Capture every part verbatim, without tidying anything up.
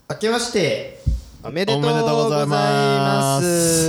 明けましておめでとうおめでとうございます。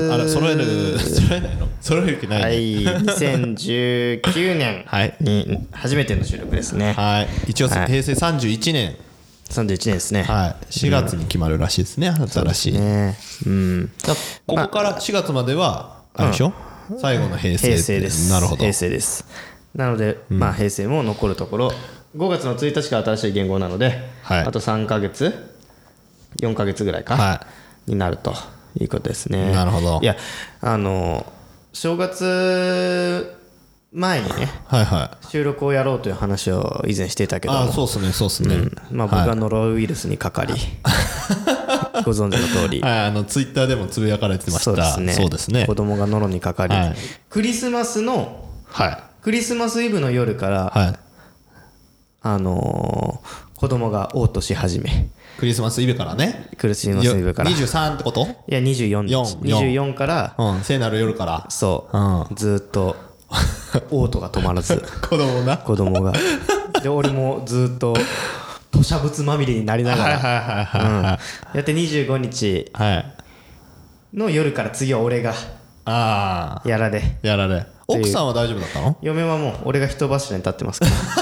あれ揃える揃えないの？揃える気ないね。 はい、にせんじゅうきゅうねんに初めての収録ですね。 はい。一応、はい、平成さんじゅういちねん。 さんじゅういちねんですね。 はい。しがつに決まるらしいですね。うん、新しい。 ね。うん。 ここからしがつまではあれでしょ？うん、最後の平成。 平成です。 なるほど。 平成です。なので、うん、まあ平成も残るところごがつのついたちから新しい元号なので、はい、あとさんかげつよんかげつぐらいか、はい、になるということですね。 なるほど。 いやあの正月前にね、はいはい、収録をやろうという話を以前していたけども、 あ、そうですねそうですね、うん、 まあ、僕がノロウイルスにかかり、はい、ご存知の通り、 はい、あのツイッターでもつぶやかれてました。そうですね、そうですね、 子供がノロにかかり、はい、クリスマスの、はい、クリスマスイブの夜から、はい、あのー、子供が嘔吐し始め、 クリスマスイブからね、 クリスマスイブからにじゅうさんってこと？ いやにじゅうよん、にじゅうよんから、 うん、聖なる夜からそう、うん、ずっと嘔吐が止まらず子供が子供がで俺もずっと吐砂物まみれになりながらやってにじゅうごにちの夜から次は俺がやられやられ奥さんは大丈夫だったの？ 嫁はもう俺が人柱に立ってますから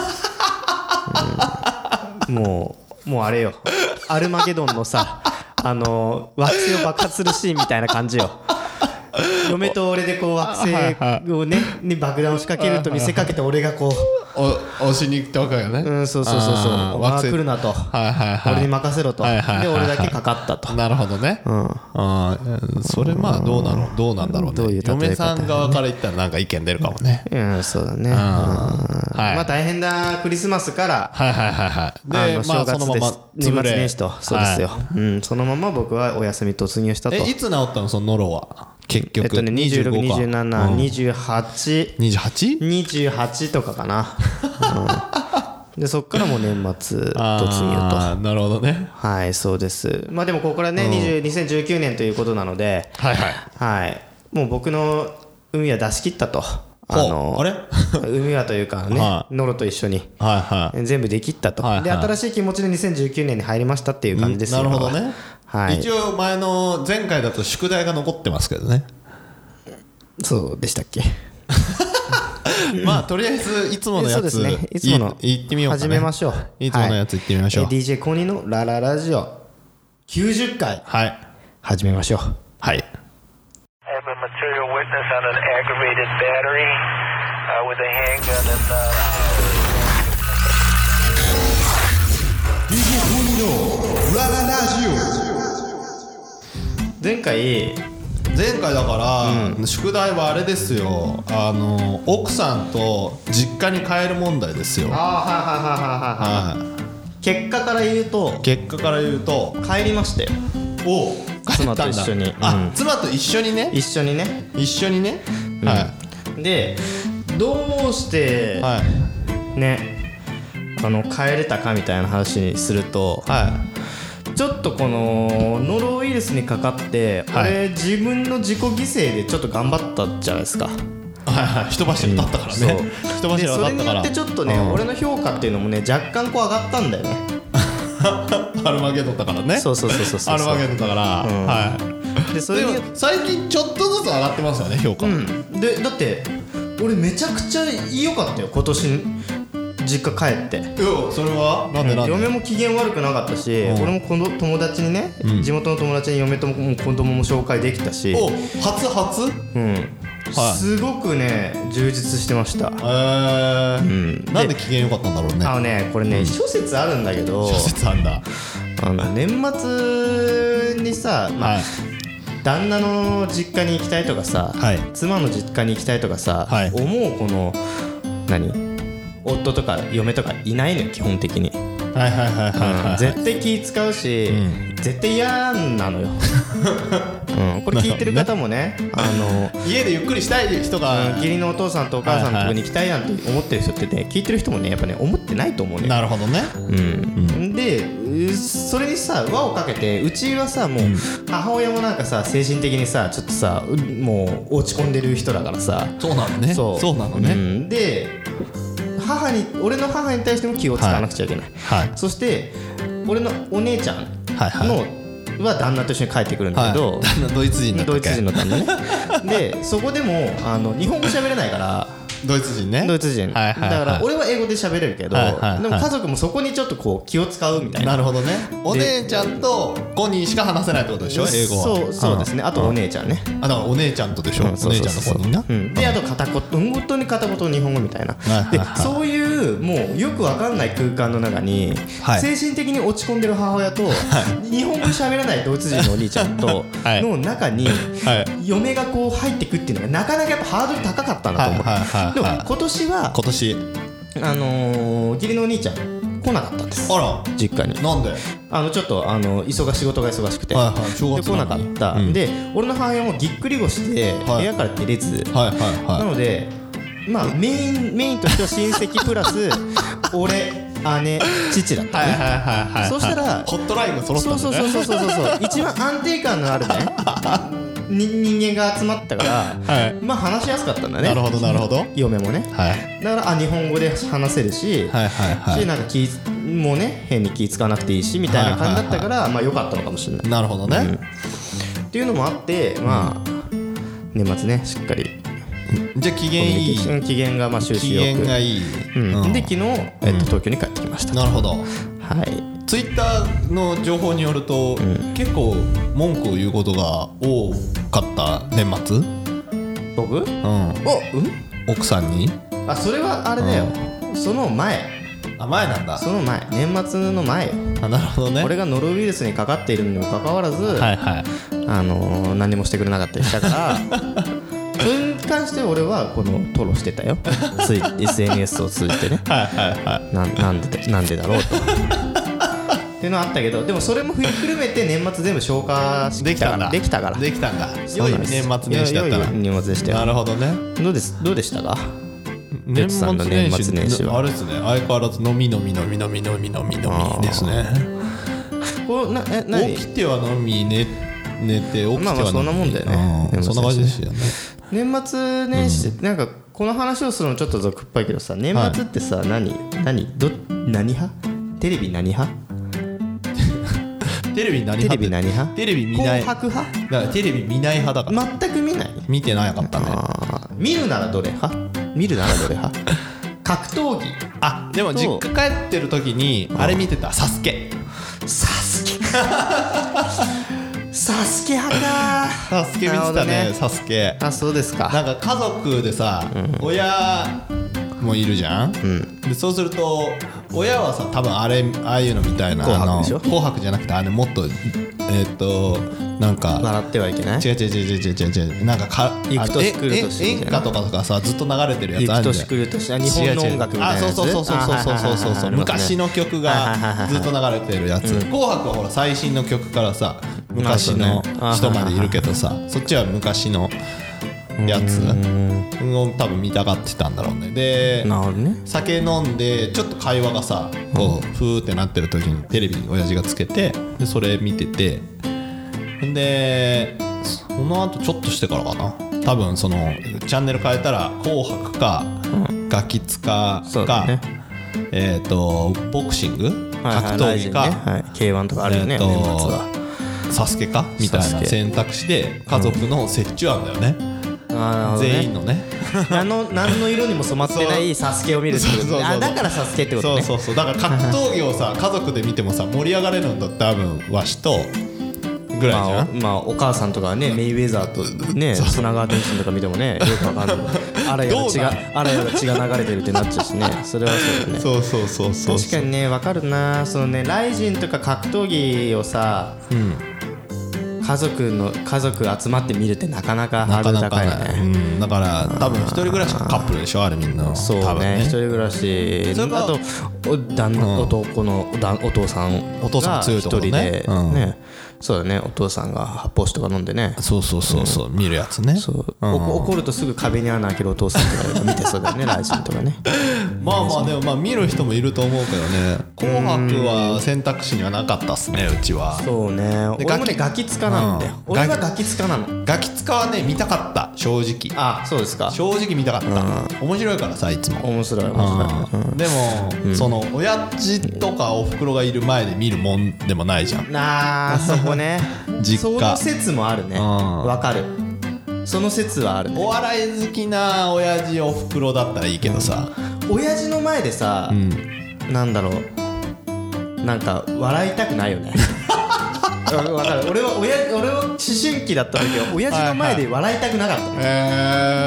、うん、もうもうあれよ、アルマゲドンのさ、あの惑星を爆発するシーンみたいな感じよ。嫁と俺でこう惑星をねに爆弾を仕掛けると見せかけて俺がこう押しに行ったわけよね。 うん、そうそうそうそう、お前来るなと、はいはいはい、俺に任せろと、はいはいはい、で俺だけかかったと。なるほどね、うん、あそれまあどうなのどうなんだろうね。どういう嫁さん側から言ったらなんか意見出るかもね。 うん、そうだね、うん、はい、まあ大変なクリスマスからはいはいはいはい、であの正月です、まあ、年末年始と、そうですよ、はい、うん、そのまま僕はお休み突入したと。 えいつ治ったのそのノロは結局？ えっとね、にじゅうろく、にじゅうなな、にじゅうはち、 にじゅうはち？ にじゅうはちとかかな、うん、でそっからもう年末突入と。 あ、なるほどね。 はい、そうです。まあでもここからね、うん、にせんじゅうきゅうねんということなので、はいはい、はい、もう僕の海は出し切ったと。あのあれ海はというかね、はい、ノロと一緒に、はいはい、全部できったと、はいはい、で新しい気持ちでにせんじゅうきゅうねんに入りましたっていう感じですよ。 なるほどね、はい、一応前の前回だと宿題が残ってますけどね。 そうでしたっけまあとりあえずいつものやつ、そうですね、いつものいってみようかね、始めましょう。 いつものやついってみましょう、 はい、ディージェー コニーのラララジオきゅうじゅっかい、はい、始めましょう。はい。ディージェー コニーのラララジオ。前回前回だから、うん、宿題はあれですよ、あの奥さんと実家に帰る問題ですよ。あ、 はいはいはいはいはい、はい、結果から言うと結果から言うと帰りましたよ。 おう、 妻と一緒に、 あ、うん、妻と一緒にね一緒にね一緒にね、うん、はい。でどうして、はい、ね、あの帰れたかみたいな話にすると、はい、ちょっとこのノロウイルスにかかって、はい、俺自分の自己犠牲でちょっと頑張ったじゃないですか。 はいはい、人柱だったからね、うん、人柱だったから、でそれによってちょっとね、うん、俺の評価っていうのもね若干こう上がったんだよねアルマゲドンだからね。 そうそうそうそうそう、 アルマゲドンだから、うん、はい。でそれで最近ちょっとずつ上がってますよね、評価、うん、でだって俺めちゃくちゃ良かったよ今年実家帰って。 いやそれはなんでなんで、 嫁も機嫌悪くなかったし、うん、俺もこの友達にね、うん、地元の友達に嫁とも子供も紹介できたし、 お初初、うん、 はい、すごくね充実してました。へえー、うん、なんで機嫌良かったんだろうね。 あのねこれね、うん、諸説あるんだけど、 諸説あんだ。 あの年末にさ、まあ、はい、旦那の実家に行きたいとかさ、はい、妻の実家に行きたいとかさ、はい、思うこの何夫とか嫁とかいないのよ基本的に。はいはいはいはい、はい、うん、絶対気使うし、うん、絶対嫌なのよ、うん、これ聞いてる方もね、あの家でゆっくりしたい人が、 うん、義理のお父さんとお母さんのとこに行きたいなんて思ってる人ってね、聞いてる人もねやっぱね思ってないと思うね。 なるほどね、 うんうん、でそれにさ輪をかけてうちはさもう、うん、母親もなんかさ精神的にさちょっとさもう落ち込んでる人だからさ。 そうなのね。そう、そうなのね、 うん、で母に俺の母に対しても気を使わなくちゃいけない、はいはい、そして俺のお姉ちゃんのは旦那と一緒に帰ってくるんだけど、 旦那ドイツ人だったっけ？ ドイツ人の旦那ねでそこでもあの日本語喋れないからドイツ人ねドイツ人、はいはいはい、だから俺は英語で喋れるけど、はいはいはい、でも家族もそこにちょっとこう気を使うみたいな。 なるほどね。お姉ちゃんとコニーしか話せないってことでしょ英語は。 そうそうですね。あとお姉ちゃんね。 あだからお姉ちゃんとでしょ、うん、お姉ちゃんのコニーな、 うん、であと片言本当に片言日本語みたいな、はいはいはい、でそういうもうよくわかんない空間の中に、はい、精神的に落ち込んでる母親と、はい、日本語喋らないドイツ人のお兄ちゃんとの中に、はい、嫁がこう入ってくっていうのがなかなかやっぱハードル高かったなと思う、はいはいはいはい、でも今年は今年あのー、義理のお兄ちゃん来なかったんです。 あら実家に。 なんで？ あのちょっとあの忙仕事が忙しくて、 はいはい、 で来なかった、うん、で俺の母親もぎっくり腰で部屋から出れず、はいはいはいはい、なのでまあメインメインとしては親戚プラス俺姉父だったね。はいはいはいはい、そしたらホットラインが揃ったんだね。 そうそうそうそうそうそう一番安定感のあるね人間が集まったから、はい、まあ話しやすかったんだね。 なるほどなるほど。 嫁もね、はい、だからあ日本語で話せるし、はいはいはい、しなんか気もうね変に気使わなくていいしみたいな感じだったから、はいはいはい、まあ良かったのかもしれない。 なるほどね、うん、 っていうのもあってまあ、うん、年末ねしっかりじゃあ機嫌いい機嫌がまあ終始よく機嫌がいい、 うんうん、で昨日、えっと、東京に帰ってきました、 うん、なるほど。 はいツイッターの情報によると、うん、結構文句を言うことが多かった年末僕？うん、 お、うん、奥さんにあそれはあれだよ、うん、その前あ前なんだ。 その前年末の前よ。 あなるほどね。 俺がノロウイルスにかかっているにもかかわらず、はいはい、あのー、何もしてくれなかったりしたからそれに関して俺はこのトロしてたよつい エスエヌエス を通じてねはいはいはい な, なんでなんでだろうとっていうのはあったけど、でもそれもひっくるめて年末全部消化してきたからできたからできたんだ。良い年末年始だったら。 年末でしたよ。 なるほどね。 どうですどうでしたか年末年始年始はあれですね。相変わらず飲み飲み飲み飲み飲み飲み飲みですね。 こなえ何起きては飲み寝寝て起きては飲み、まあまあそんなもんだよね。 そんな感じでしたよね。 年末年始ってなんかこの話をするのちょっと俗っぽいけどさ、年末ってさ、はい、何何ど何派？テレビ何派？ テレビ何派？ テレビ何派？ テレビ見ない。 紅白派？ だからテレビ見ない派だから。 全く見ない？ 見てなかったね。 あ見るならどれ派？見るならどれ派？格闘技。 あでも実家帰ってる時にあれ見てた。サスケ。 サスケ。サスケ派か。 サスケ見てたね。サスケ。 あそうですか。 なんか家族でさ、うん、親もいるじゃん、うん、でそうすると親はさ多分あれああいうのみたいな紅白でしょ。 紅白じゃなくてあれもっとえっとなんか笑ってはいけない。 違う違う違う違う違う違うなんかか行く年来る年演歌とかがさずっと流れてるやつあるじゃん。 行く年来る年日本の音楽みたいなやつ。 あそうそうそうそうそうそうそう昔の曲がずっと流れてるやつ。紅白はほら最新の曲からさ昔の人までいるけどさ、そっちは昔のやつを多分見たがってたんだろうね。でなるほどね。 酒飲んでちょっと会話がさこうふーってなってる時にテレビに親父がつけてでそれ見てて、でその後ちょっとしてからかな多分そのチャンネル変えたら紅白かガキツカか、ね、えっとボクシング格闘技か、はいはいねはい、ケーワン とかあるよね、えー、年末はサスケかみたいな選択肢で家族の折衷案だよね、うん、あ全員のね何の何の色にも染まってないサスケを見るってことね。あだからサスケってことね。 そうそうそうだから格闘技をさ家族で見てもさ盛り上がれるんだ多分わしとぐらいじゃん。 まあ、まあ、お母さんとかはねメイウェザーとね砂川天心とか見てもねよくわかんないあらやら血があらやら血が流れてるってなっちゃうしねそれはそうだね。 そうそうそうそう確かにねわかるな。そのねライジンとか格闘技をさ、うん家族の家族集まって見るってなかなかハードル高いね。 うん、だから多分一人暮らしのカップルでしょあれみんな。 そうね一人暮らしあと旦那男のお父さんお父さん強いところね。 ねそうだねお父さんが発泡酒とか飲んでねそうそうそうそう、うん、見るやつね。そう、 うん、怒るとすぐ壁に穴開けるお父さんとか見てそうだよねライジンとかねまあまあでもまあ見る人もいると思うけどね。紅白は選択肢にはなかったっすねうちは。 そうね俺もねガキツカなんだよ、うん、俺はガキツカなの。 ガキツカはね見たかった正直。 あそうですか。 正直見たかった、うん、面白いからさいつも面白い面白い、うん、 でも、うん、その親父とかおふくろがいる前で見るるもんでもないじゃん。 あーそこね実家その説もあるね。わかる、その説はあるね。 お笑い好きな親父おふくろだったらいいけどさ、 親父の前でさ、うん、なんだろう、なんか笑いたくないよねわかる。俺は親俺は思春期だった時は親父の前で笑いたくなかった、はいはい、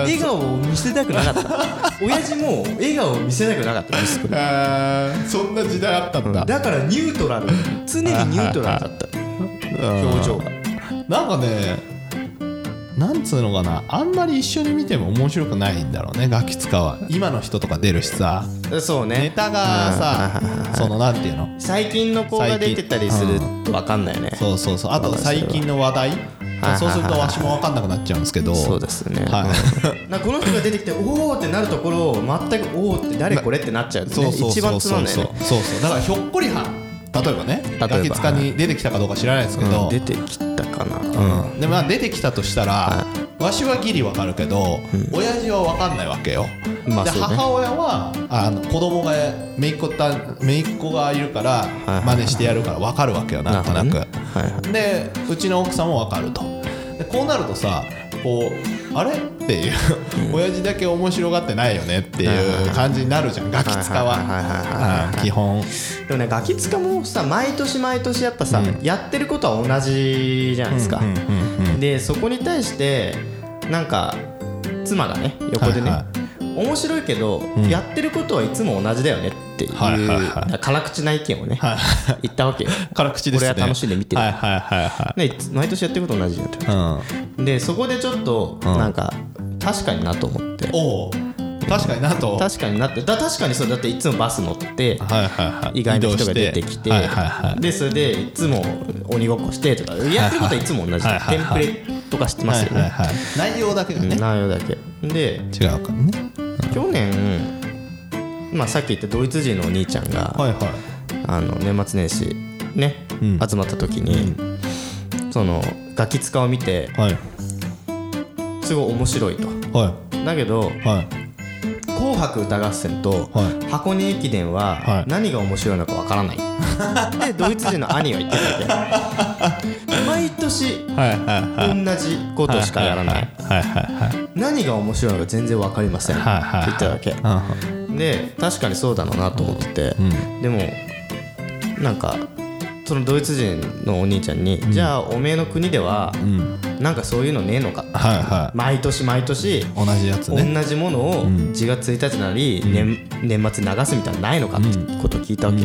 笑顔を見せたくなかった親父も笑顔を見せたくなかった息子に。 そんな時代あったんだ、 うん、だからニュートラル、常にニュートラルだった表情が。 なんかね、なんつうのかな、あんまり一緒に見ても面白くないんだろうね、ガキ使は。今の人とか出るしさ、 そうね、 ネタがさ、そのなんていうの、 最近の子が出てたりすると分かんないよね、うん、 そうそうそう。あと最近の話題、そうするとわしも分かんなくなっちゃうんですけど。 そうですね、はい、なんかこの人が出てきておーってなるところを全くおーって誰これってなっちゃう、ね、 そうそうそうそう、 一番つまんないね。 そうそう、だからひょっこりはん、例えばね、ガキ使に出てきたかどうか知らないですけど、 うん、出てきたかな、 うん、でまあ出てきたとしたら、はい、わしはギリわかるけど、うん、親父はわかんないわけよ、まあでね、母親はあの子供が姪っ子た姪っ子がいるから真似してやるからわかるわけよ、なんとなく、はいはい、でうちの奥さんもわかると。でこうなるとさ、こうあれっていう親父だけ面白がってないよねっていう感じになるじゃん、ガキ使は基本。 でもね、ガキ使もさ毎年毎年やっぱさ、うん、やってることは同じじゃないですか、うんうんうんうん、でそこに対してなんか妻がね横でね、はいはい、面白いけど、うん、やってることはいつも同じだよねっていう、はいはいはい、辛口な意見をね、はい、言ったわけよ辛口ですね。 俺は楽しんで見てる、 はいはいはいはい、 で毎年やってること同じじゃんって、うん、でそこでちょっとなんか、うん、確かになと思って。 お確かになと確かになってだ確かにそうだって、いつもバス乗って、はいはいはい、意外な人が出てきて、はいはいはい、でそれでいつも鬼ごっこしてとかやってることはいつも同じ、はいはい、テンプレとか知ってますよね、はいはいはい、 内容だけがね、 うん、内容だけで違うからね、 うん、去年、まあ、さっき言ったドイツ人のお兄ちゃんが、はいはい、あの年末年始ね、うん、集まった時に、うん、そのガキ使を見て、はい、すごい面白いと、はい、だけど、はい、紅白歌合戦と箱根駅伝は何が面白いのかわからない、はい、でドイツ人の兄が言ってたわけ毎年同じことしかやらない何が面白いのか全然わかりませんって言ってたわけで、確かにそうだろうなと思ってて、うん、でもなんかそのドイツ人のお兄ちゃんに、うん、じゃあおめえの国では、うん、なんかそういうのねえのか、はいはい、毎年毎年同じやつね、 同じものをじがついたちなり、うん、年, 年末流すみたいなのないのかってことを聞いたわけ、うん、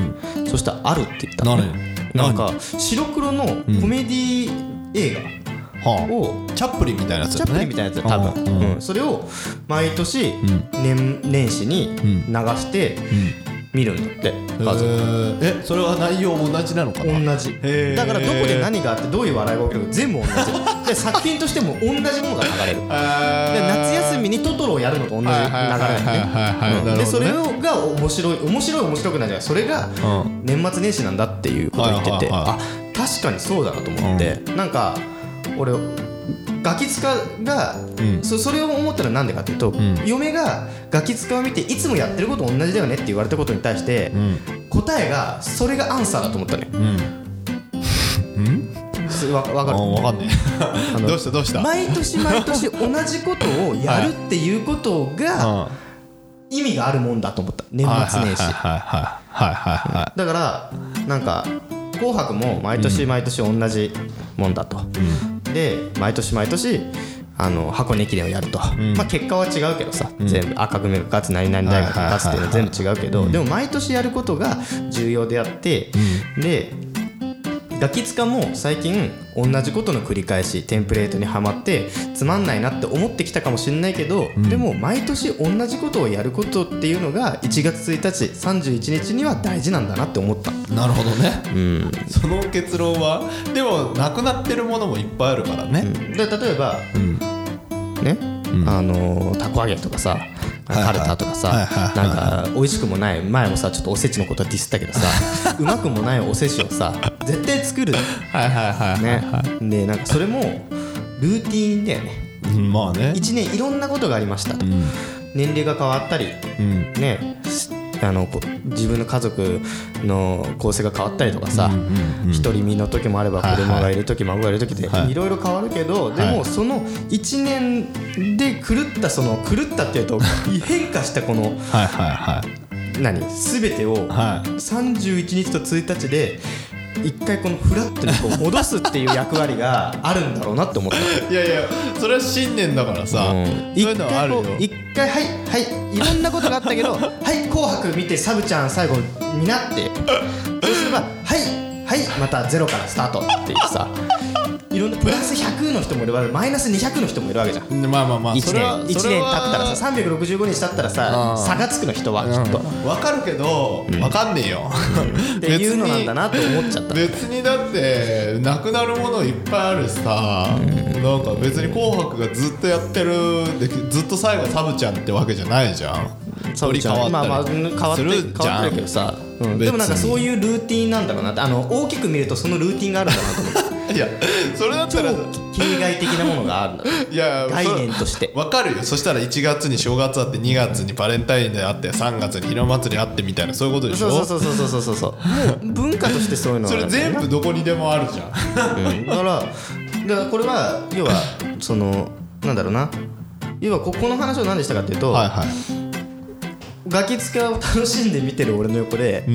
そしたらあるって言ったの、ね、なんか白黒のコメディ映画を、うん、 チャップリンみたいなやつだね、 チャップリンみたいなやつだ多分、うんうん、それを毎年 年, 年始に流して、うんうん見るんだって家族。 えそれは内容も同じなのかな。 同じだからどこで何があってどういう笑いが起きるか全部同じで作品としても同じものが流れるで夏休みにトトロをやるのと同じ流れなんで、でそれが面白い面白い面白くないじゃない、それが年末年始なんだっていうことを言ってて、あ確かにそうだなと思って、うん、なんか俺ガキ使が、うん、そ, それを思ったらなんでかっていうと、うん、嫁がガキ使を見ていつもやってること同じだよねって言われたことに対して、うん、答えがそれがアンサーだと思ったね、うんうん、わ分かる分かんねえどうしたどうした毎年毎年同じことをやるっていうことが意味があるもんだと思った、年末年始だからなんか紅白も毎年毎年同じもんだと、うん、で毎年毎年あの箱根駅伝をやると、うんまあ、結果は違うけどさ、うん、全部赤組が勝つ何々大学が勝つっていうのは全部違うけど、でも毎年やることが重要であって、うん、でガキ使も最近同じことの繰り返しテンプレートにはまってつまんないなって思ってきたかもしれないけど、うん、でも毎年同じことをやることっていうのがいちがつついたちさんじゅういちにちには大事なんだなって思った。 なるほどね、うん、その結論はでもなくなってるものもいっぱいあるからね、うん、 で例えば、うん、ね、うん、あのたこ揚げとかさカルタとかさ、はいはい、なんか美味しくもない前もさちょっとおせちのことはディスったけどさうまくもないおせちをさ絶対作るはいはいはい、ね、でなんかそれもルーティーンだよね、うん、まあねいちねんいろんなことがありましたと、うん、年齢が変わったり、うん、ねあの自分の家族の構成が変わったりとかさ、独り身の時もあれば子供がいる時、孫がいる時でいろいろ変わるけど、でもそのいちねんで狂ったその狂ったっていうと変化したこの何全てをさんじゅういちにちとついたちで一回このフラットにこう戻すっていう役割があるんだろうなって思った。 いやいやそれは信念だからさ、うん、そういうのはあるよ。 一回はいはいいろんなことがあったけどはい紅白見てサブちゃん最後になってそうすればはいはいまたゼロからスタートっていうさいろんなプラスひゃくの人もいるわけマイナスにひゃくの人もいるわけじゃん。 まあまあまあいちねんいちねん経ったらささんびゃくろくじゅうごにち経ったらさ差がつくの人はきっと分かるけど分かんねえよっていうのなんだなって思っちゃった。 別にだってなくなるものいっぱいあるしさ、なんか別に紅白がずっとやってるでずっと最後サブちゃんってわけじゃないじゃん。 そう変わったりするじゃん。でもなんかそういうルーティンなんだろうなって、あの大きく見るとそのルーティンがあるんだなと思って。 いやそれだったら超形骸的なものがあるんだ。いや概念として分かるよ。そしたらいちがつに正月あってにがつにバレンタインデーあってさんがつにひな祭りあってみたいなそういうことでしょ。 そうそうそうそうそうそうもう文化としてそういうのがそれ全部どこにでもあるじゃん、 うん、だからだからこれは要はそのなんだろうな要はここの話を何でしたかっていうと、はいはいガキ使を楽しんで見てる俺の横で、うん、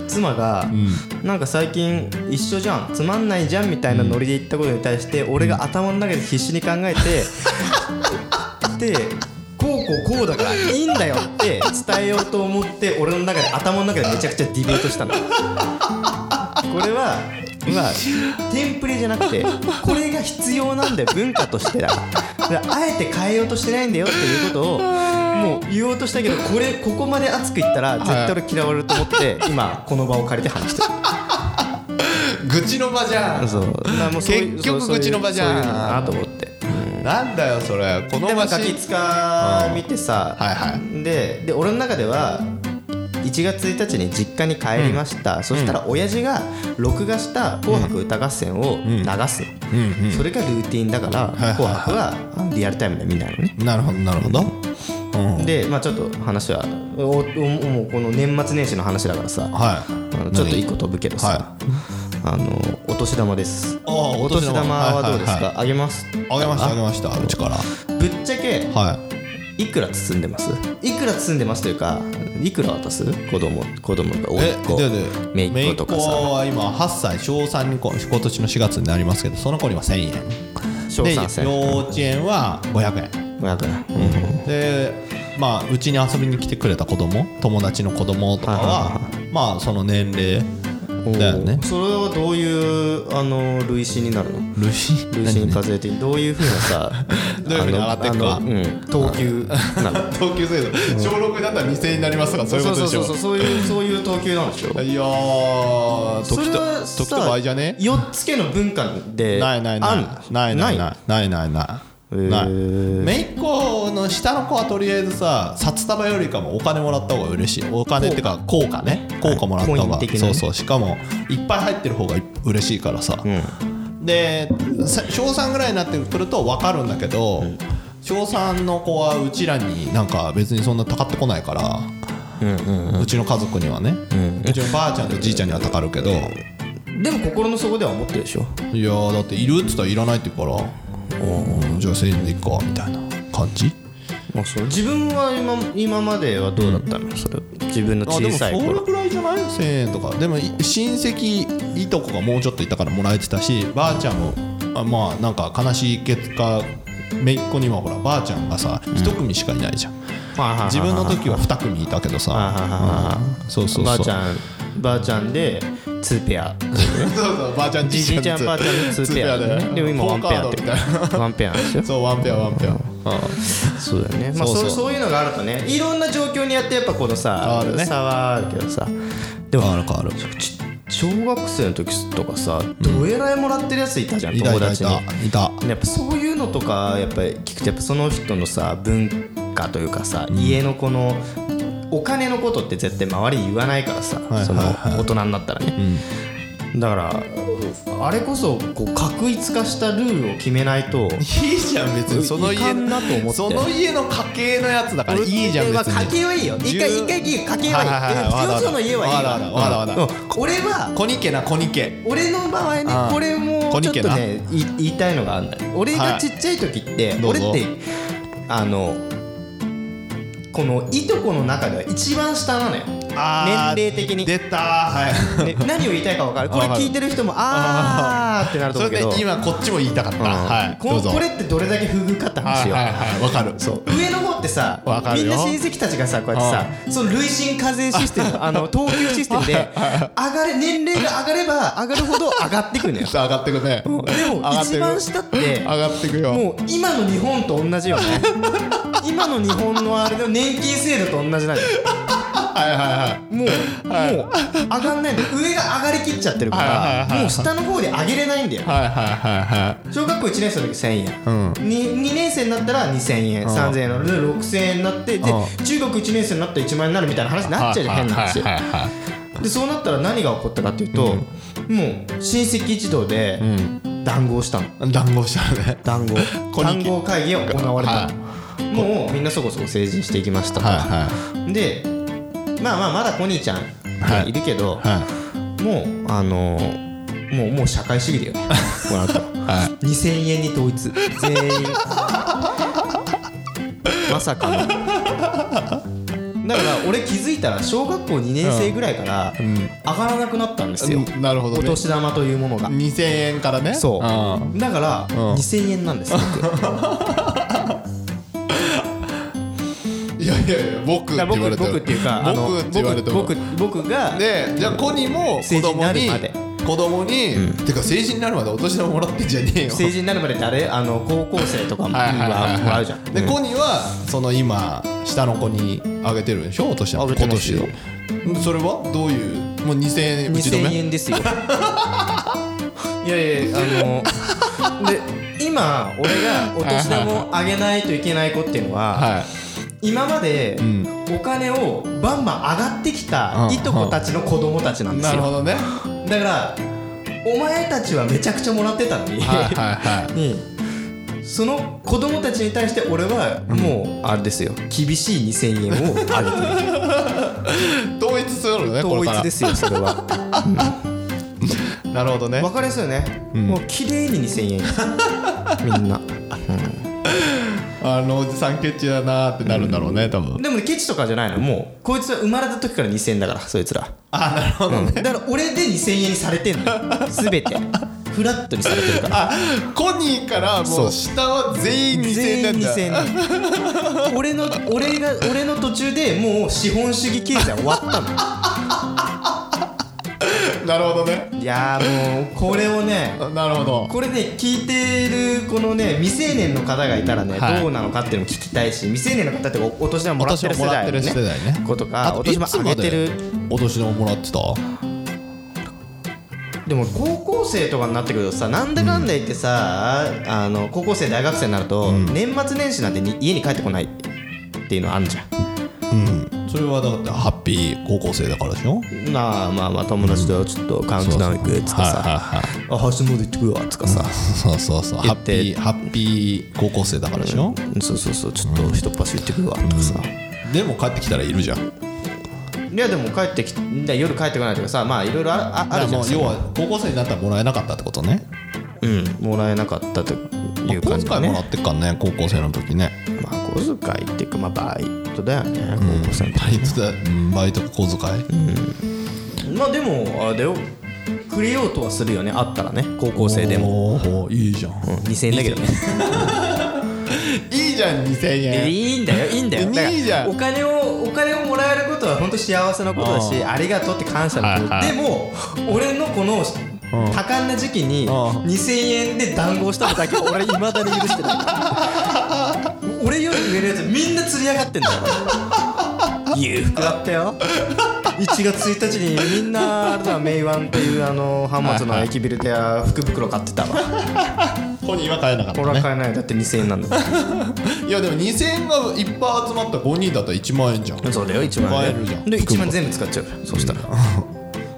妻が、うん、なんか最近一緒じゃんつまんないじゃんみたいなノリで言ったことに対して、うん、俺が頭の中で必死に考えて、うん、でこうこうこうだからいいんだよって伝えようと思って俺の中で頭の中でめちゃくちゃディベートしたの。これはまあテンプレじゃなくてこれが必要なんだよ文化としてだからあえて変えようとしてないんだよっていうことをもう言おうとしたけどこれここまで熱く言ったら絶対俺嫌われると思って今この場を借りて話してる。 愚痴の場じゃん。 そうもうそう結局愚痴の場じゃん。 そういうのだなと思って、 うん、なんだよそれこのでもガキ使見てさ、 うんはいはい、 で, で俺の中ではいちがつついたちに実家に帰りました、うん、そしたら親父が録画した紅白歌合戦を流すの、うんうん、それがルーティンだから、うん、紅白はリアルタイムで見ないのね。 なるほどなるほど、 うん、でまあちょっと話はおおもうこの年末年始の話だからさ、はい、あのちょっと一個飛ぶけどさ、はい、あのお年玉です。お年玉はどうですか、はいはいはい、あげます。 あげましたあげましたうちからぶっちゃけ、はいいくら包んでますいくら包んでますというかいくら渡す子供子供が甥っ子姪っ子とかさ。 姪っ子は今はっさい小さんに今年のしがつになりますけどその子にはせんえん小さんせんで幼稚園はごひゃくえんごひゃくえん、 うん、でまあうちに遊びに来てくれた子供友達の子供とかはまあその年齢だよね。 それはどういうあの類似になるの？ 類似類似に数えてどういう風なさどういう風に上がっていくか、 うん、等級なの等級制度、うん、小ろくだったらにせんえんになりますとかそういうことでしょ。 そうそうそうそういうそういう等級なんでしょ。 いやー時と時と場合じゃねよっつけの文化でないないないないないないないないないない姪っ子の下の子はとりあえずさ札束よりかもお金もらった方が嬉しい。お金ってか効果ね効果もらった方が、はい、そうそうしかもいっぱい入ってる方が嬉しいからさ、うん、で小さんぐらいになってくると分かるんだけど、うん、小さんの子はうちらになんか別にそんなたかってこないから、うんうんうん、うちの家族にはね、うん、うちのばあちゃんとじいちゃんにはたかるけど、 でも心の底では思ってるでしょ。 いやだっているって言ったらいらないって言うからじゃあせんえんでいっかみたいな感じ。 あそう自分は 今, 今まではどうだったの、うん、それ自分の小さい頃。 あでもそれぐらいじゃないせんえんとか。でも親戚いとこがもうちょっといたからもらえてたしばあちゃんもあまあなんか悲しい結果姪っ子にはほらばあちゃんがさ一組しかいないじゃん、うん、自分の時はに組いたけどさ、うん、そうそうそうばあちゃんばあちゃんでツーペアそうそうばあちゃんじいちゃんばあちゃんでツーペアで、ね、でも今ワンペアってワンペアなんですよ。 そうワンペアワンペア、うん、 そうだよね。まあそうそうそういうのがあるとねいろんな状況によってやっぱこのさ、ね、差はあるけどさでもあるかある小学生の時とかさどえらいもらってるやついたじゃん、うん、友達にいたいたやっぱそういうのとかやっぱり聞くとやっぱその人のさ文化というかさ、うん、家のこのお金のことって絶対周りに言わないからさ、はいはいはい、その大人になったらね、うん、だからあれこそこう画一化したルールを決めないといいじゃん別にその家のその家の家系のやつだからいいじゃん別に家系はいいよ一回一回家系はいいよの家はいいわ俺はコニ家なコニ家俺の場合ねこれもちょっとね言いたいのがあるんだよ俺がちっちゃい時って俺ってあのこのいとこの中では一番下なのよ年齢的に出たはい、 ね、何を言いたいか分かるこれ聞いてる人もあーってなると思うけどそれで今こっちも言いたかった、うんはい、 こ, これってどれだけ不遇かって話よはいはいはい分かるそう上の方ってさみんな親戚たちがさこうやってさその累進課税システムあの等級システムで上がれ年齢が上がれば上がるほど上がってくるのよ上がってくねでも一番下って上がってくよもう今の日本と同じよね今の日本のあれで年金制度と同じなんだよはいはいはいもう、はい、もう上がんないんで上が上がりきっちゃってるから、はいはいはいはい、もう下の方で上げれないんだよ、 はいはいはいはい、 小学校いちねん生の時せんえん、うん、に, にねん生になったらにせんえん、うん、さんぜんえんなのでろくせんえんになってで、うん、中学いちねん生になったらいちまんえんになるみたいな話になっちゃうじゃん、変な話、はいはいはい、でそうなったら何が起こったかっていうと、うん、もう親戚一同で談合したの談合したのね談合談合会議が行われたの、はい、もうみんなそこそこ成人していきましたと、はいはい、でまあまあまだコニーちゃんいるけど、はいはい、もうあのー、もうもう社会主義だよねこの後、はい、にせんえんに統一全員まさかのだから俺気づいたら小学校にねん生ぐらいから上がらなくなったんですよ、 うん、なるほどね、 お年玉というものがにせんえんからねそうだからにせんえんなんですよいやいやいや僕って言われて僕っていうか僕って言われて僕僕がでじゃあコニも子供に子供に、うん、てか成人になるまでお年玉もらってんじゃねえよ成人になるまでってあれあの高校生とかももらうじゃんで、うん、コニはその今下の子にあげてるでしょお年玉今年それはどういうもうにせんえん打ち止めにせんえんですよいやいやあので今俺がお年玉をあげないといけない子っていうのは、はい今までお金をバンバン上がってきたいとこたちの子供たちなんですよ。 なるほどね。 だからお前たちはめちゃくちゃもらってたのに、はいはいはい、うん、その子供たちに対して俺はもうあれですよ厳しいにせんえんを上げてる統一するのねこれから統一ですよそれは、 うん、なるほどね分かりやすいよね、うん、もう綺麗ににせんえんみんな、うんあのおじさんケチだなーってなるんだろうね、うん、多分でも、ね、ケチとかじゃないのもうこいつは生まれた時からにせんえんだからそいつらあなるほどね、 うん、だから俺でにせんえんにされてんの全てフラットにされてるからあコニーからもう下は全員にせんえんなんだ全員にせんえん俺の俺が俺の途中でもう資本主義経済終わったのなるほどねいやもうこれをねなるほどこれね聞いてるこのね未成年の方がいたらね、はい、どうなのかっていうのも聞きたいし未成年の方ってお年玉もらってる世代のねことかお年玉あげてるお年玉もらってたでも高校生とかになってくるとさなんだかんだ言ってさ、うん、あの高校生大学生になると、うん、年末年始なんてに家に帰ってこないっていうのあるじゃんうんそれはだってハッピー高校生だからでしょまあまあまあ友達とちょっとカウントダウン行くっつってさあ初詣行ってくるわっつかさそうそうそうハッピーハッピー高校生だからでしょ、 うん、そうそうそうちょっと一っ走行ってくるわとかさ、 うん、でも帰ってきたらいるじゃんいやでも帰ってき夜帰ってこないとかさまあいろいろあるじゃん要は高校生になったらもらえなかったってことねうんもらえなかったという感じね小遣いもらってっかんね高校生の時ねまあ小遣いっていうかまあバイトだよね、 うん、高校生の時バイトだ、うん、バイトか小遣い、 うん、まあでもあれだよくれようとはするよねあったらね高校生でもおいいじゃん、 うん、にせんえんだけどねいいじゃんにせんえんいいんだよいいんだよいいじゃんお金をお金をもらえることは本当幸せなことだし あ, ありがとうって感謝のこと、はいはい、でも俺のこの多感な時期ににせんえんで談合したのだけは俺未だに許してない俺より上のやつみんな釣り上がってんだよ裕福だったよいちがつついたちにみんなあれだメイワンっていうあの浜松の駅ビルで福袋買ってたわコニーは買えなかったねこれは買えないだってにせんえんなんだいやでもにせんえんがいっぱい集まったごにんだったらいちまんえんじゃんそうだよいちまんえん買えるじゃんでいちまん全部使っちゃうそしたら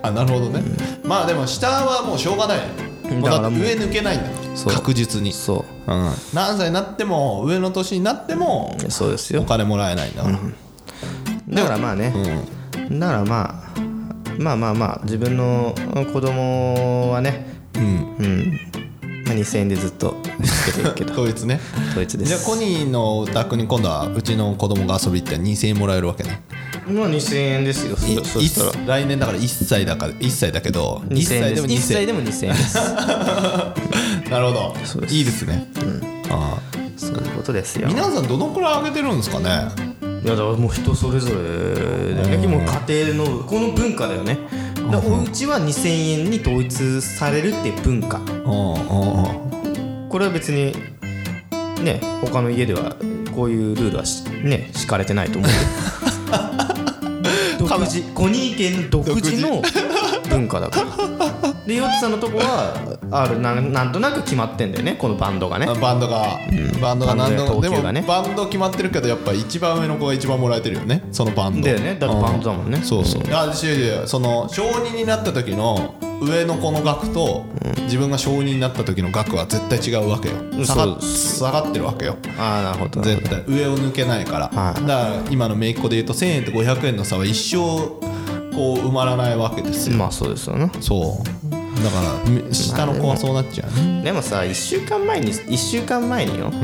あ、なるほどね、うん、まあでも下はもうしょうがない。だから上抜けないんだ確実に。 そう、 うん、何歳になっても上の年になってもそうですよ、 お金もらえないんだから、うんだからまあね、うん、だからまあまあまあまあ自分の子供はね、うん、うん、まあ、にせんえんでずっとつけてるけど統一ね、 統一です。 じゃあコニーのお宅に今度はうちの子供が遊び行ってにせんえんもらえるわけね。 まあにせんえんですよ。 そしたら来年だからいっさいだからいっさいだけどいっさいでもにせんえん、いっさいでもにせんえんですなるほど、いいですね、うん、 ああ、そういうことですよ。 皆さんどのくらい上げてるんですかね。 いやだからもう人それぞれだよね。もう家庭のこの文化だよね。だお家はにせんえんに統一されるっていう文化。これは別にね他の家ではこういうルールはね敷かれてないと思う独自コニー家の独自の文化だからでヨッツさんのとこはある な, なんとなく決まってんだよねこのバンドがね。 バンドが、うん、バンドが何度でもバンド決まってるけどやっぱ一番上の子が一番もらえてるよねそのバンドだよね。だってバンドだもんね、 うん、そうそう、うん、あその承認になった時の上の子の額と、うん、自分が承認になった時の額は絶対違うわけよ。下が、下がってるわけよ。 ああなるほど。 絶対上を抜けないから、はい、だから今の姪っ子で言うとせんえんとごひゃくえんの差は一生こう埋まらないわけですよ。 まあそうですよね。 そうだから下の子はそうなっちゃうね、 まあ、でもさいっしゅうかんまえにいっしゅうかんまえによ、うん、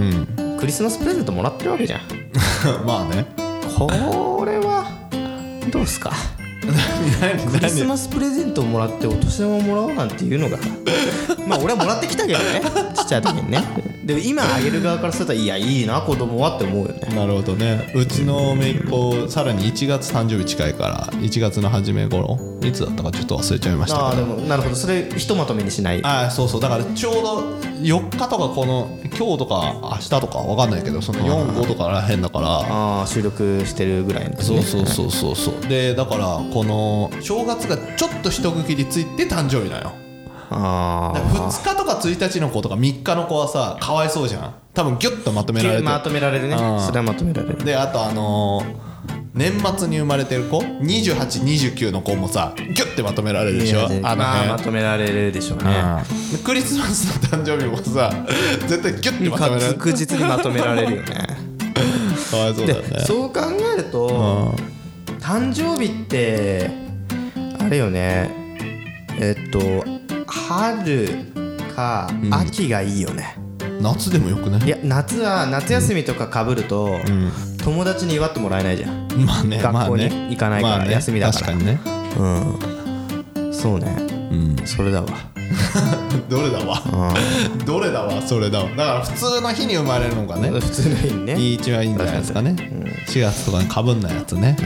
クリスマスプレゼントもらってるわけじゃんまあねこれはどうすかクリスマスプレゼントをもらってお年玉をもらおうなんていうのがまあ俺はもらってきたけどねちっちゃい時にね。でも今あげる側からするといやいいな子供はって思うよね。 なるほどね。うちの姪っ子さらにいちがつ誕生日近いからいちがつの初め頃いつだったかちょっと忘れちゃいましたけど。 ああでもなるほどそれひとまとめにしない。 ああそうそうだからちょうどよっかとかこの今日とか明日とかわかんないけどそのよん、ごとからへんだからああ収録してるぐらいの、ね、 そうそうそうそうそうでだからこの正月がちょっと一区切りついて誕生日だよ。あふつかとかついたちの子とかみっかの子はさかわいそうじゃん。多分ギュッとまとめられてまとめられるね。それはまとめられる。 であとあのー年末に生まれてる子にじゅうはち、にじゅうきゅうの子もさギュッてまとめられるでしょ。 あまあまとめられるでしょうね。 クリスマスの誕生日もさ絶対ギュッてまとめられる確実にまとめられるよねかわいそうだよね。 そう考えると誕生日ってあれよねえっと春か秋がいいよね、 うん、夏でもよくない？ いや夏は夏休みとか被ると、うん、友達に祝ってもらえないじゃん。 まあね学校に行かないから休みだから、 まあね、確かにねうんそうね、うん、それだわどれだわどれだわそれだわ。だから普通の日に生まれるのがね普通の日にね一番いいんじゃないですかね、うん、しがつとかにかぶんないやつね、うん、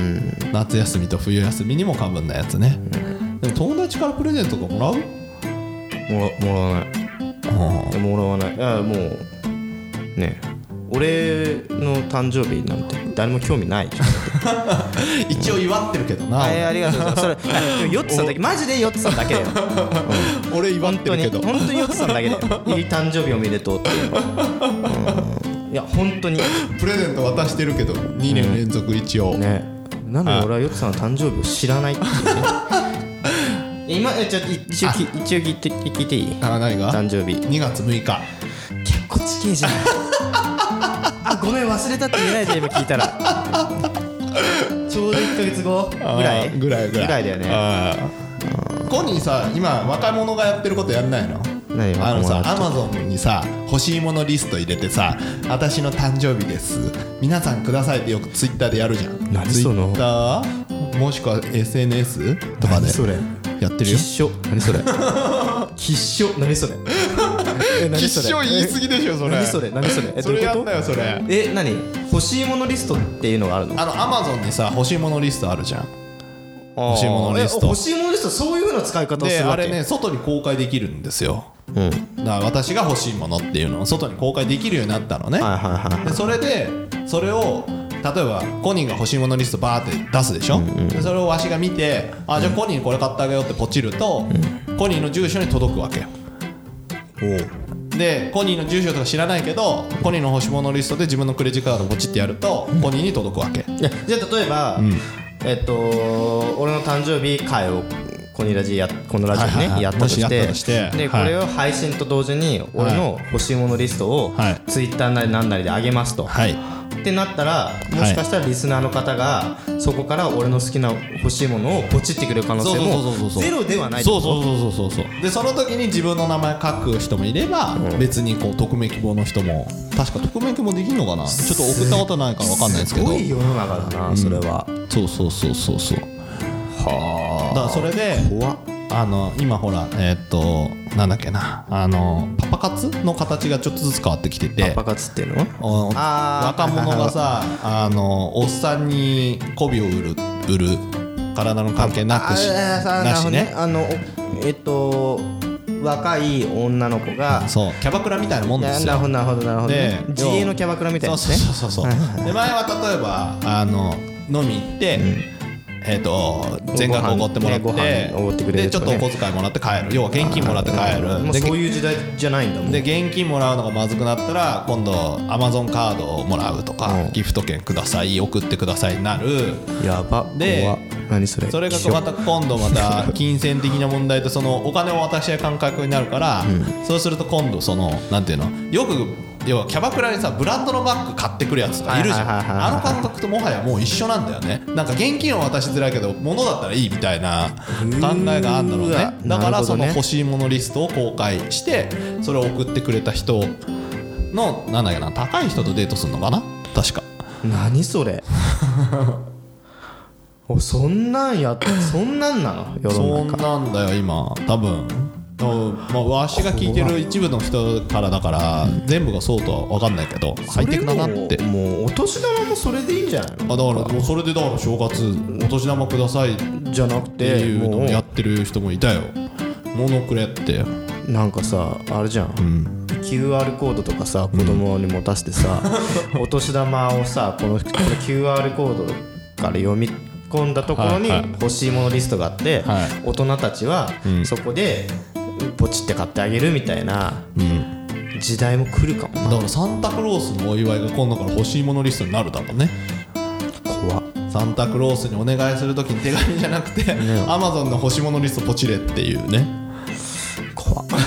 夏休みと冬休みにもかぶんないやつね、うん、でも友達からプレゼントとかもらう？ もら、もらわないあもらわない。いやもうね俺の誕生日なんて誰も興味ない一応祝ってるけどな。 あ, ありがとうございます。それヨッツさんだけマジでヨッツさんだけだよ、 うん、俺祝ってるけど本当に本当にヨッツさんだけだよいい誕生日おめでとうっていうの、うん、いや本当にプレゼント渡してるけどにねん連続一応、うん、 ねなので俺はヨッツさんの誕生日を知らないっていうね今ちょっと一応一応聞いて聞いていい？ あ何が？ 誕生日にがつむいか。 結構近いじゃんあごめん忘れたって言えないじゃん今聞いたらちょうどいっかげつごぐらいぐらいぐらいぐらいだよね。 コニーさ今若者がやってることやんないの？ 何あのさアマゾンにさ欲しいものリスト入れてさ私の誕生日です皆さんくださいってよくツイッターでやるじゃん。 何そのツイッターもしくは エスエヌエス とかでそれやってるよ。 吉祥何それ吉祥何それ吉祥言い過ぎでしょそれ。 何それ何それえそれやんなよそれ。 え何欲しいものリストっていうのがあるの？ あのアマゾンにさ欲しいものリストあるじゃん。欲しいものリスト欲しいものリストそういう風な使い方をするわけであれね外に公開できるんですよ、うん、だから私が欲しいものっていうのを外に公開できるようになったのね、はいはいはいはい、でそれでそれを例えばコニーが欲しいものリストバーって出すでしょ、うんうん、でそれをわしが見てあじゃあコニーにこれ買ってあげようってポチると、うん、コニーの住所に届くわけよ。おでコニーの住所とか知らないけどコニーの欲しいものリストで自分のクレジットカードポチってやると、うん、コニーに届くわけ。 いやじゃあ例えば、うんえっと俺の誕生日会をコニラジやこのラジオね、はいはいはい、やったとしてしてで、はい、これを配信と同時に俺の欲しいものリストをツイッターなりなんなりで上げますと、はい、ってなったらもしかしたらリスナーの方がそこから俺の好きな欲しいものをポチってくれる可能性もゼロではない。 そうそうそうそうそうでその時に自分の名前書く人もいれば、うん、別にこう匿名希望の人も確か匿名希望できるのかな、ちょっと送ったことないから分かんないですけど、 すごい世の中だな、うん、それは。 そうそうそうそうそうはあ。だからそれであの今ほらえー、っとなんだっけなあのパパ活の形がちょっとずつ変わってきてて、 パパ活っていうの若者がさあのおっさんに媚びを売る売る体の関係なくしなしね、 あのえっと若い女の子がそうキャバクラみたいなもんですよ。 なるほどなるほどなるほど、ね、自営のキャバクラみたいなですね。 そうそうそうそうで前は例えばあの飲み行って、うんえー、と全額おごってもらって、ね、でちょっとお小遣いもらって帰る、要は現金もらって帰る。 もうそういう時代じゃないんだもん。 で現金もらうのがまずくなったら今度アマゾンカードをもらうとか、うん、ギフト券ください送ってくださいになる。 やばで何それそれがまた今度また金銭的な問題とそのお金を渡し合う感覚になるから、うん、そうすると今度そのなんていうのよく要はキャバクラにさブランドのバッグ買ってくるやつとかいるじゃん。あの感覚ともはやもう一緒なんだよね。なんか現金は渡しづらいけど物だったらいいみたいな考えがあるんだろうね。だからその欲しいものリストを公開してそれを送ってくれた人のなんだっけな高い人とデートするのかな確か。 何それおそんなんやそんなんなの世の中。 そんなんだよ今多分。まあ、わしが聞いてる一部の人からだから全部がそうとは分かんないけどハイテクだなって。 もうお年玉もそれでいいんじゃないの。 あだからもうそれでだから正月お年玉くださいじゃなくてっていうのをやってる人もいたよ。物くれってなんかさあれじゃん、うん、キューアール コードとかさ子供に持たせてさ、うん、お年玉をさこの キューアール コードから読み込んだところに欲しいものリストがあって、はいはい、大人たちはそこでポチって買ってあげるみたいな時代も来るかもな。 だからサンタクロースのお祝いが今度から欲しいものリストになるだろうね。 怖っ。 サンタクロースにお願いするときに手紙じゃなくてアマゾンの欲しいものリストポチれっていうね。 怖っ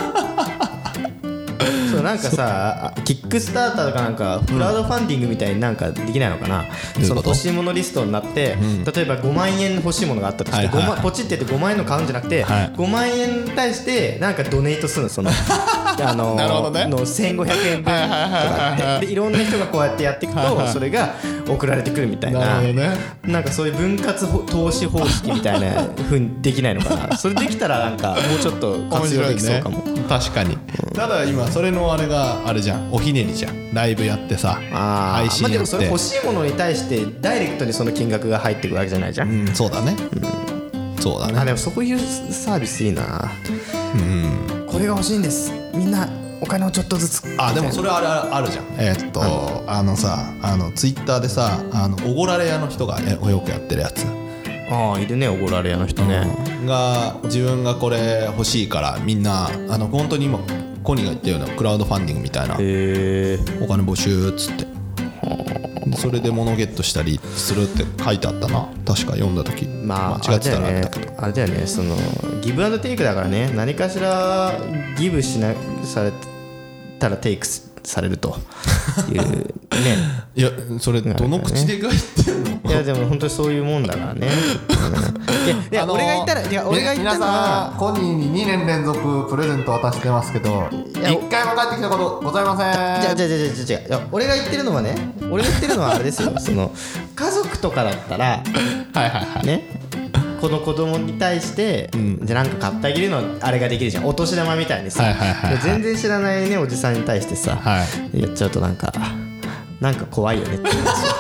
そうなんかさキックスターターとかなんかクラウドファンディングみたいになんかできないのかな、うん、その欲しいものリストになって、うん、例えばごまんえん欲しいものがあったとして、はいはいはい、ポチってってごまんえんの買うんじゃなくて、はい、ごまんえんに対してなんかドネートするのそのあのなるほどねのせんごひゃくえんぶんとかってでいろんな人がこうやってやっていくとそれが送られてくるみたいな、 なるほどね、 なんかそういう分割投資方式みたいな風にできないのかなそれできたらなんかもうちょっと活用できそうかも、ね、 確かに、うん、ただ今それのあれがあれじゃんおひねりじゃんライブやってさあ配信やって、まあ、でもそれ欲しいものに対してダイレクトにその金額が入ってくるわけじゃないじゃん、 うん、そうだね、うん、そうだね。 あでもそういうサービスいいな、うん、これが欲しいんですみんなお金をちょっとずつ。 あでもそれあれあるじゃん。えー、っと、うん、あのさあのツイッターでさあのおごられ屋の人がよくやってるやつ。 ああいるねおごられ屋の人ね、 うん、が自分がこれ欲しいからみんなあの本当に今コニーが言ったようなクラウドファンディングみたいなお金募集っつってそれで物ゲットしたりするって書いてあったな確か読んだ時。 まあ間違ってたらあれだけどあれだよねそのギブアンドテイクだからね何かしらギブしなされたらテイクされるというねいやそれどの口で書いてんのいやでも本当にそういうもんだからね、うん、いや俺が言ったらいや俺が言ったのは皆さんコニーににねん連続プレゼント渡してますけどいっかいも返ってきたことございません。 じゃあじゃあじゃあじゃあじゃあ俺が言ってるのはね俺が言ってるのはあれですよその家族とかだったらはいはいはいねこの子供に対して、うん、じゃあなんか買ってあげるのあれができるじゃんお年玉みたいにさ、はいはいはいはい、全然知らないねおじさんに対してさ、はい、やっちゃうとなんかなんか怖いよねって言うんですよ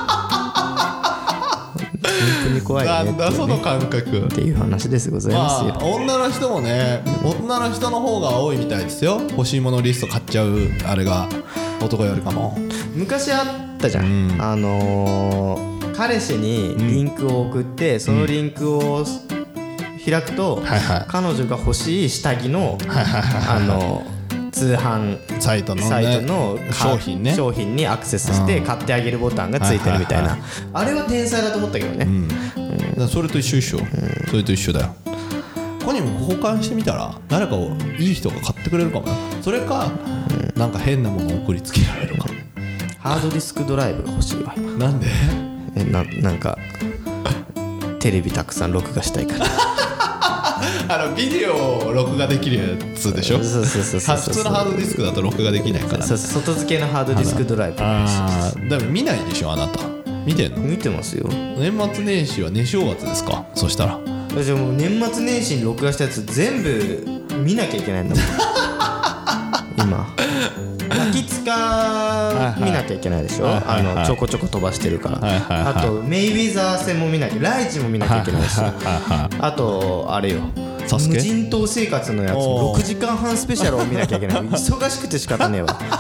本当に怖いよねっていうね、 なんだその感覚っていう話ですございますよ、 まあ、女の人もね女の人の方が多いみたいですよ欲しいものリスト買っちゃうあれが男よりかも。 昔あったじゃん、うん、あのー彼氏にリンクを送って、うん、そのリンクを開くと、うんはいはい、彼女が欲しい下着の、はいはいはい、あの通販サイトの、ね、 サイトの商品ね商品にアクセスして買ってあげるボタンがついてるみたいな、はいはいはい、あれは天才だと思ったけどね、うんうん、それと一緒一緒、うん、それと一緒だよ。 コニーも交換してみたら誰かをいい人が買ってくれるかもよ。それか、うん、なんか変なものを送りつけられるかも。 ハードディスクドライブが欲しいわ今。 なんで？ えななんかテレビたくさん録画したいからあのビデオを録画できるやつでしょ。 そうそうそうそう普通のハードディスクだと録画できないから、ね、 そう外付けのハードディスクドライブ。 ああ、でも見ないでしょあなた。見てんの？ 見てますよ。 年末年始は寝正月ですか？そしたらじゃあもう年末年始に録画したやつ全部見なきゃいけないんだもん今秋塚見なきゃいけないでしょ、はいはいはい、あのちょこちょこ飛ばしてるから、はいはいはい、あとメイウェザー戦も見なきゃ、ライチも見なきゃいけないし、はいはいはい、あとあれよ無人島生活のやつもろくじかんはんスペシャルを見なきゃいけない忙しくて仕方ねえわ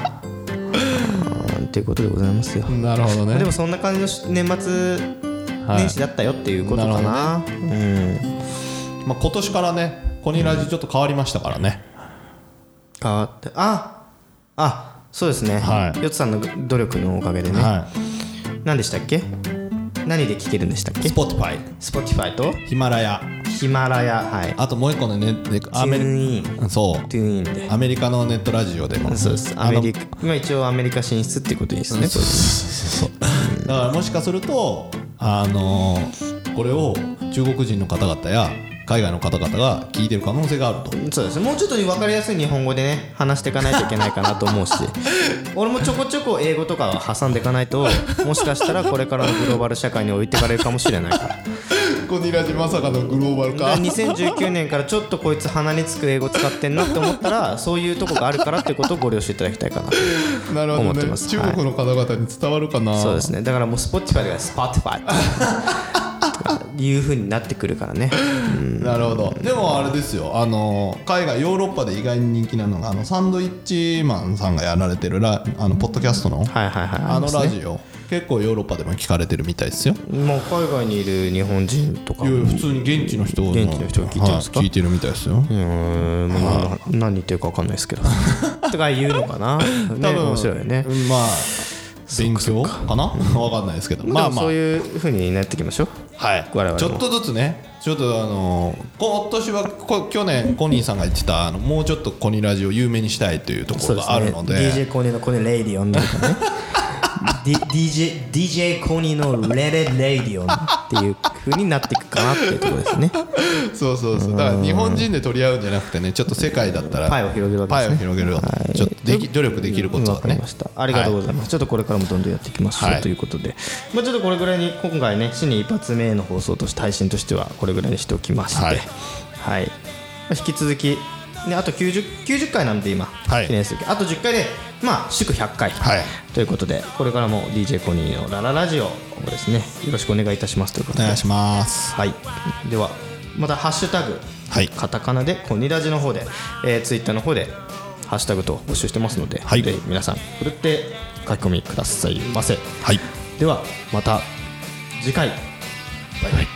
っていうことでございますよ。 なるほどね。 でもそんな感じの年末年始だったよっていうことかな、はい、なるほどね。 うん、まあ、今年からねコニラジちょっと変わりましたからね。 変わってああそうですね、はい、ヨッツさんの努力のおかげでね、はい、何でしたっけ、何で聴けるんでしたっけ。 Spotify Spotify とヒマラヤヒマラヤ、はい、 あともう一個のねアメリカそうトゥーインでアメリカのネットラジオでもそうです。アメリカ今一応アメリカ進出ってことですね。 そうそうそうそうだからもしかするとあのー、これを中国人の方々や海外の方々が聞いてる可能性があると。 そうです。もうちょっと分かりやすい日本語でね話していかないといけないかなと思うし俺もちょこちょこ英語とかは挟んでいかないともしかしたらこれからのグローバル社会に置いてかれるかもしれないからコニラジまさかのグローバルか。 にせんじゅうきゅうねんからちょっとこいつ鼻につく英語使ってんなって思ったらそういうとこがあるからってことをご了承いただきたいかなと思ってます。 なるほどね。中国の方々に伝わるかな、はい、 そうですね。だからもう Spotify では Spotify いう風になってくるからね、 うん、なるほど。でもあれですよ、あの海外ヨーロッパで意外に人気なのがあのサンドイッチマンさんがやられてるラあのポッドキャストの、はいはいはい、あのラジオ、ね、結構ヨーロッパでも聞かれてるみたいですよ。 もう海外にいる日本人とかいや普通に現地の人の現地の人が聞いてますか、 はい、聞いてるみたいですよ。うーん、まあ、何言ってるか分かんないですけどとか言うのかな多分、ね、面白いよね。 まあ勉強かな分かんないですけど、 まあまあそういう風になっていきましょう。 はい、我々もちょっとずつね、ちょっとあの今年はこ去年コニーさんが言ってたあのもうちょっとコニラジを有名にしたいというところがあるので、 そうですね、ディージェー コニーのコニーレイディオンとかねディージェー ディージェー コニーのレレレイディオンっていう風になっていくかなっていうところですねそうそうそう、だから日本人で取り合うんじゃなくてね、ちょっと世界だったらパイを広げるわけですね。 パイを広げる、はい、ちょっとでき努力できることはね、 分かりました。ありがとうございます、はい、ちょっとこれからもどんどんやっていきましょう、はい、ということで、まあ、ちょっとこれぐらいに今回ね新年一発目の放送として配信としてはこれぐらいにしておきまして、はい、はい、まあ、引き続きであときゅうじゅう、きゅうじゅっかいなんで今、はい、記念するあとじゅっかいでまあ祝ひゃっかい、はい、ということでこれからも ディージェー コニーのラララジオをですねよろしくお願いいたしますということでお願いします、 はい、ではまたハッシュタグ、はい、カタカナでコニラジの方で、えー、ツイッターの方でハッシュタグと募集してますので、はい、で皆さんふるって書き込みくださいませ、はい、ではまた次回バイバイ。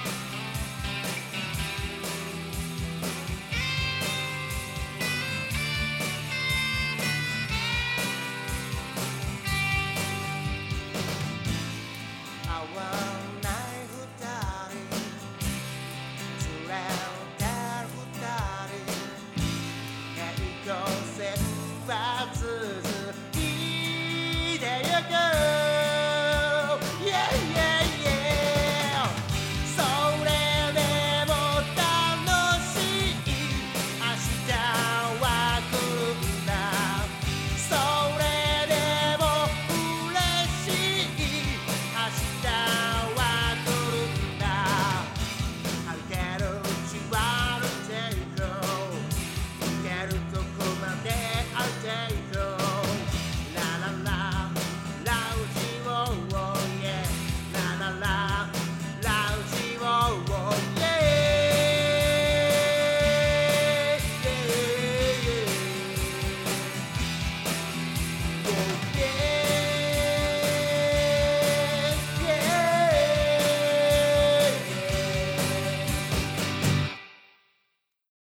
続いてゆく